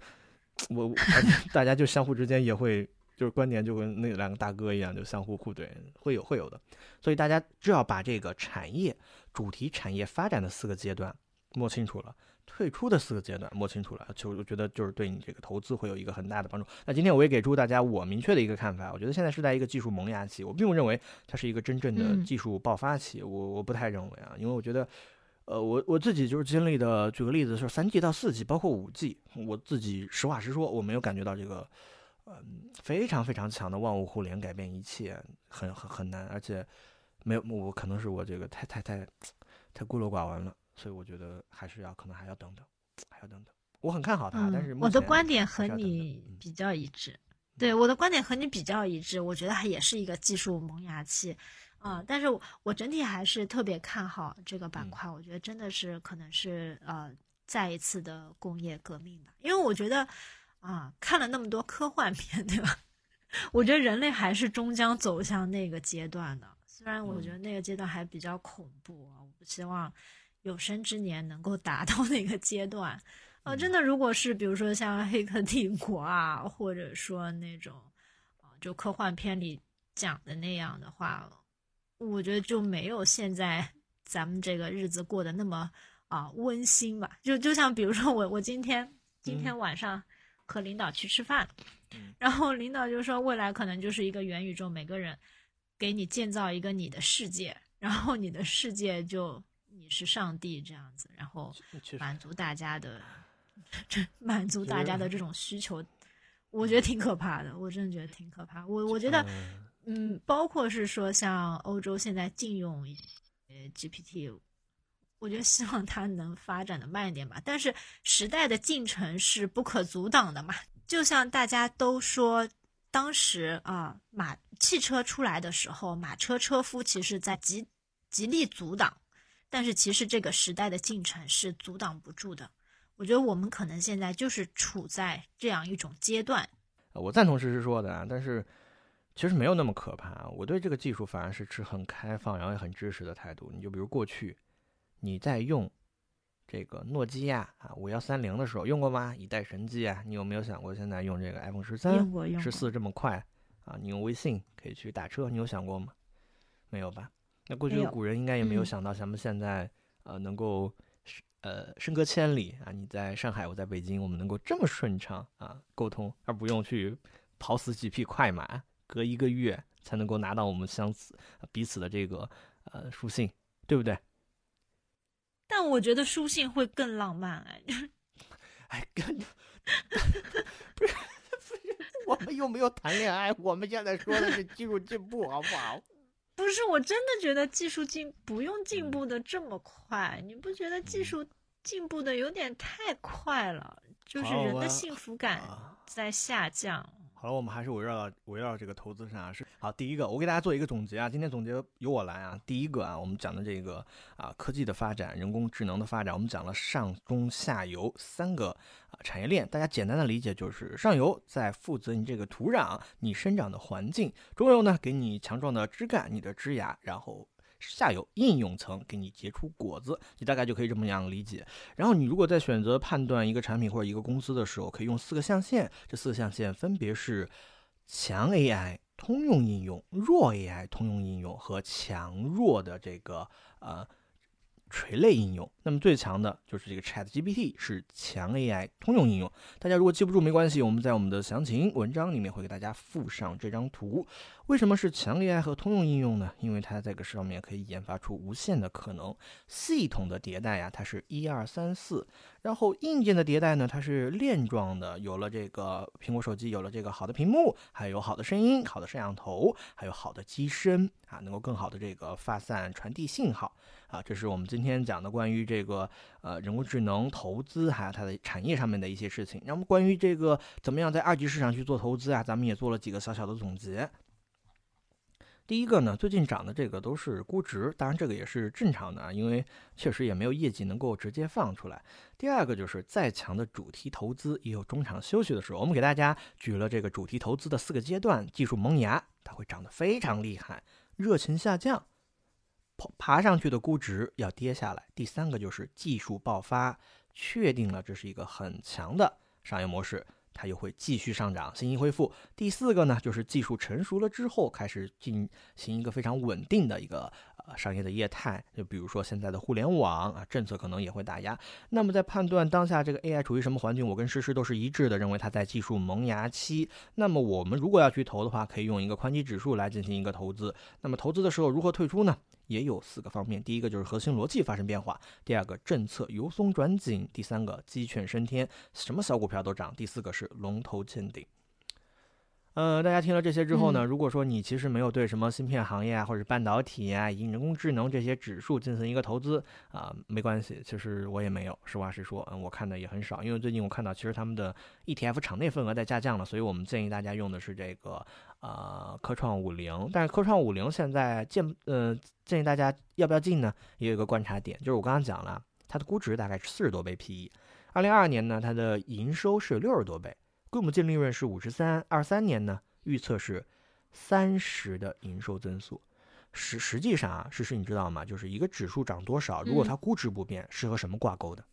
大家就相互之间也会就是观点就跟那2个大哥一样，就相互互怼，会有的。所以大家只要把这个产业主题产业发展的4个阶段摸清楚了，退出的4个阶段摸清楚了，就我觉得就是对你这个投资会有一个很大的帮助。那今天我也给出大家我明确的一个看法，我觉得现在是在一个技术萌芽期，我并不认为它是一个真正的技术爆发期，我不太认为啊，因为我觉得我自己就是经历的，举个例子是3G 到4G，包括5G，我自己实话实说，我没有感觉到这个非常非常强的万物互联改变一切，很难，而且没有我可能是我这个太孤陋寡闻了。所以我觉得可能还要等等。我很看好它，但是我的观点和你比较一致。对，我的观点和你比较一致，我觉得它也是一个技术萌芽期但是我整体还是特别看好这个板块。我觉得真的是可能是再一次的工业革命吧。因为我觉得看了那么多科幻片，对吧？我觉得人类还是终将走向那个阶段的。虽然我觉得那个阶段还比较恐怖我不希望有生之年能够达到那个阶段。真的，如果是比如说像《黑客帝国》或者说那种就科幻片里讲的那样的话，我觉得就没有现在咱们这个日子过得那么温馨吧。就像比如说我今天晚上和领导去吃饭，然后领导就说未来可能就是一个元宇宙，每个人给你建造一个你的世界，然后你的世界就你是上帝这样子，然后满足大家的这种需求。我觉得挺可怕的，我真的觉得挺可怕。我觉得包括是说像欧洲现在禁用GPT， 我觉得希望它能发展的慢一点吧。但是时代的进程是不可阻挡的嘛，就像大家都说当时汽车出来的时候，马车车夫其实在极力阻挡，但是其实这个时代的进程是阻挡不住的。我觉得我们可能现在就是处在这样一种阶段。 我赞同诗诗说的但是其实没有那么可怕。我对这个技术反而是持很开放，然后也很支持的态度。你就比如过去你在用这个诺基亚5130的时候用过吗？一代神机你有没有想过现在用这个 iPhone 13、14这么快你用微信可以去打车，你有想过吗？没有吧？那过去的古人应该也没有想到咱们现在能够身隔千里你在上海，我在北京，我们能够这么顺畅沟通，而不用去跑死几匹快马，隔1个月才能够拿到我们彼此的这个书信，对不对？ 但我觉得书信会更浪漫不是，我们又没有谈恋爱，我们现在说的是技术进步，好不好？ 不是，我真的觉得技术不用进步的这么快，你不觉得技术进步的有点太快了？就是人的幸福感在下降。 好了，我们还是围绕这个投资上好。第一个，我给大家做一个总结今天总结由我来第一个我们讲的这个科技的发展，人工智能的发展，我们讲了上中下游3个产业链。大家简单的理解就是上游在负责你这个土壤，你生长的环境；中游呢给你强壮的枝干，你的枝芽，然后下游应用层给你结出果子，你大概就可以这么样理解。然后你如果在选择判断一个产品或者一个公司的时候，可以用4个象限，这4个象限分别是强 AI 通用应用、弱 AI 通用应用和强弱的这个垂类应用。那么最强的就是这个 ChatGPT 是强 AI 通用应用。大家如果记不住没关系，我们在我们的详情文章里面会给大家附上这张图。为什么是强 AI 和通用应用呢？因为它在这个上面可以研发出无限的可能。系统的迭代它是1、2、3、4，然后硬件的迭代呢，它是链状的，有了这个苹果手机，有了这个好的屏幕，还有好的声音、好的摄像头，还有好的机身能够更好的这个发散传递信号这是我们今天讲的关于这个人工智能投资还有它的产业上面的一些事情。那么关于这个怎么样在二级市场去做投资咱们也做了几个小小的总结。第一个呢，最近涨的这个都是估值，当然这个也是正常的因为确实也没有业绩能够直接放出来。第二个就是再强的主题投资也有中场休息的时候，我们给大家举了这个主题投资的4个阶段，技术萌芽它会涨得非常厉害，热情下降，爬上去的估值要跌下来。第三个就是技术爆发，确定了这是一个很强的商业模式，它又会继续上涨，信心恢复。第4个呢，就是技术成熟了之后，开始进行一个非常稳定的一个商业的业态。就比如说现在的互联网政策可能也会打压。那么在判断当下这个 AI 处于什么环境，我跟诗诗都是一致的，认为它在技术萌芽期。那么我们如果要去投的话，可以用一个宽基指数来进行一个投资。那么投资的时候如何退出呢？也有4个方面。第一个就是核心逻辑发生变化，第二个政策由松转紧，第三个鸡犬升天，什么小股票都涨，第4个是龙头见顶。大家听了这些之后呢，如果说你其实没有对什么芯片行业或者半导体以及人工智能这些指数进行一个投资没关系，其实我也没有，实话实说我看的也很少，因为最近我看到其实他们的 ETF 场内份额在下降了，所以我们建议大家用的是这个科创50，但是科创50现在建议大家要不要进呢？也有一个观察点，就是我刚刚讲了，它的估值大概是40多倍 PE，2022年呢，它的营收是60多倍，规模净利润是53，23年呢预测是30的营收增速。实际上诗诗你知道吗？就是一个指数涨多少，如果它估值不变，是和什么挂钩的？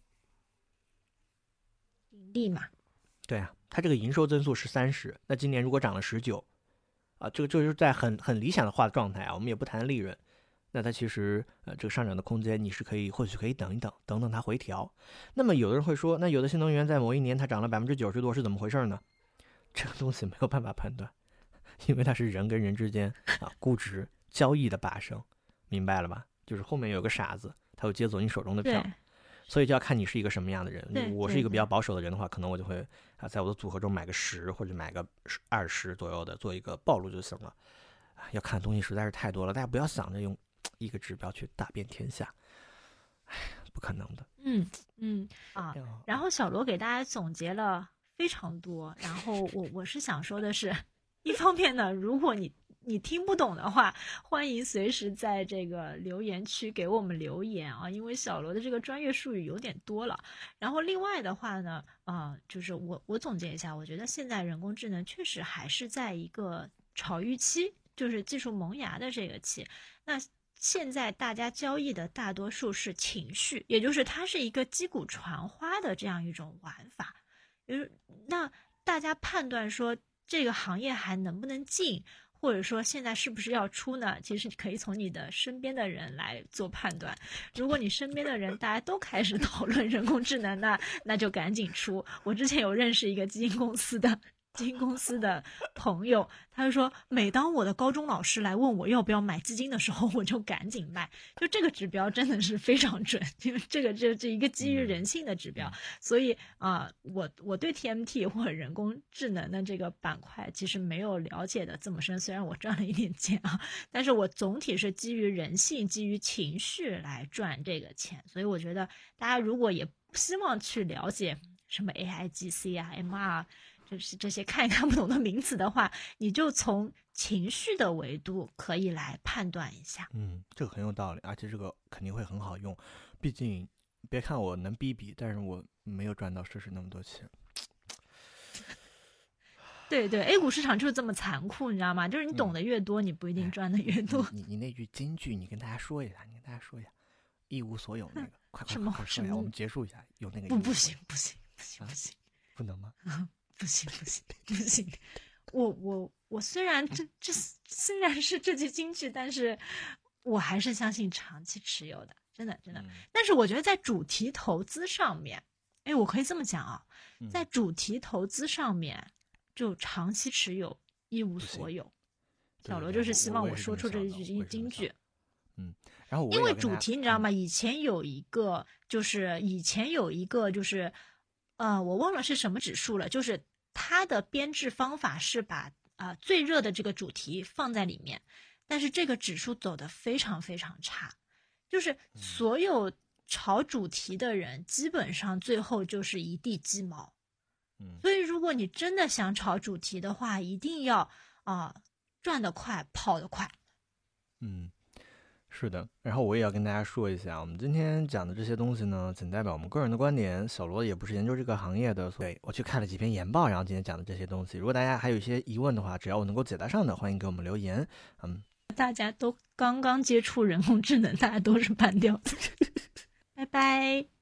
盈利嘛。 对它这个营收增速是30，那今年如果涨了19。这个就是在很理想的化的状态我们也不谈利润，那它其实这个上涨的空间你是或许可以等一等它回调。那么有的人会说，那有的新能源在某一年它涨了90%多是怎么回事呢？这个东西没有办法判断，因为它是人跟人之间估值交易的把生，明白了吧？就是后面有个傻子，他会接走你手中的票，所以就要看你是一个什么样的人。我是一个比较保守的人的话，可能我就会在我的组合中买个10或者买个20左右的做一个暴露就行了。要看的东西实在是太多了，大家不要想着用一个指标去大遍天下，不可能的。 然后小罗给大家总结了非常多，然后我是想说的是，一方面呢，如果你听不懂的话，欢迎随时在这个留言区给我们留言因为小罗的这个专业术语有点多了。然后另外的话呢，就是我总结一下，我觉得现在人工智能确实还是在一个炒预期，就是技术萌芽的这个期。那现在大家交易的大多数是情绪，也就是它是一个击鼓传花的这样一种玩法。那大家判断说这个行业还能不能进，或者说现在是不是要出呢？其实可以从你的身边的人来做判断。如果你身边的人大家都开始讨论人工智能，那就赶紧出。我之前有认识一个基金公司的朋友，他就说，每当我的高中老师来问我要不要买基金的时候，我就赶紧卖。就这个指标真的是非常准，因为这一个基于人性的指标。所以我对 TMT 或者人工智能的这个板块其实没有了解的这么深，虽然我赚了一点钱但是我总体是基于人性、基于情绪来赚这个钱。所以我觉得大家如果也不希望去了解什么 AIGC MR这些看也看不懂的名词的话，你就从情绪的维度可以来判断一下。 这个很有道理，而且这个肯定会很好用。毕竟别看我能逼，但是我没有赚到诗诗那么多钱。 对 A 股市场就是这么残酷，你知道吗？就是你懂得越多，你不一定赚的越多。 你那句金句，你跟大家说一下，一无所有那个，快说一下，我们结束一下，有那个不行， 不能吗？ 不行，我虽然虽然是这句金句，但是我还是相信长期持有的。 真的。但是我觉得在主题投资上面，我可以这么讲啊，在主题投资上面就长期持有一无所有。小罗就是希望我说出这一句金句。 然后因为主题你知道吗？以前有一个我忘了是什么指数了，就是它的编制方法是把最热的这个主题放在里面，但是这个指数走得非常非常差，就是所有炒主题的人基本上最后就是一地鸡毛。所以如果你真的想炒主题的话，一定要赚得快，跑得快。 是的，然后我也要跟大家说一下，我们今天讲的这些东西呢，仅代表我们个人的观点。小罗也不是研究这个行业的，所以我去看了几篇研报，然后今天讲的这些东西。如果大家还有一些疑问的话，只要我能够解答上的，欢迎给我们留言。 大家都刚刚接触人工智能，大家都是半吊子。拜拜。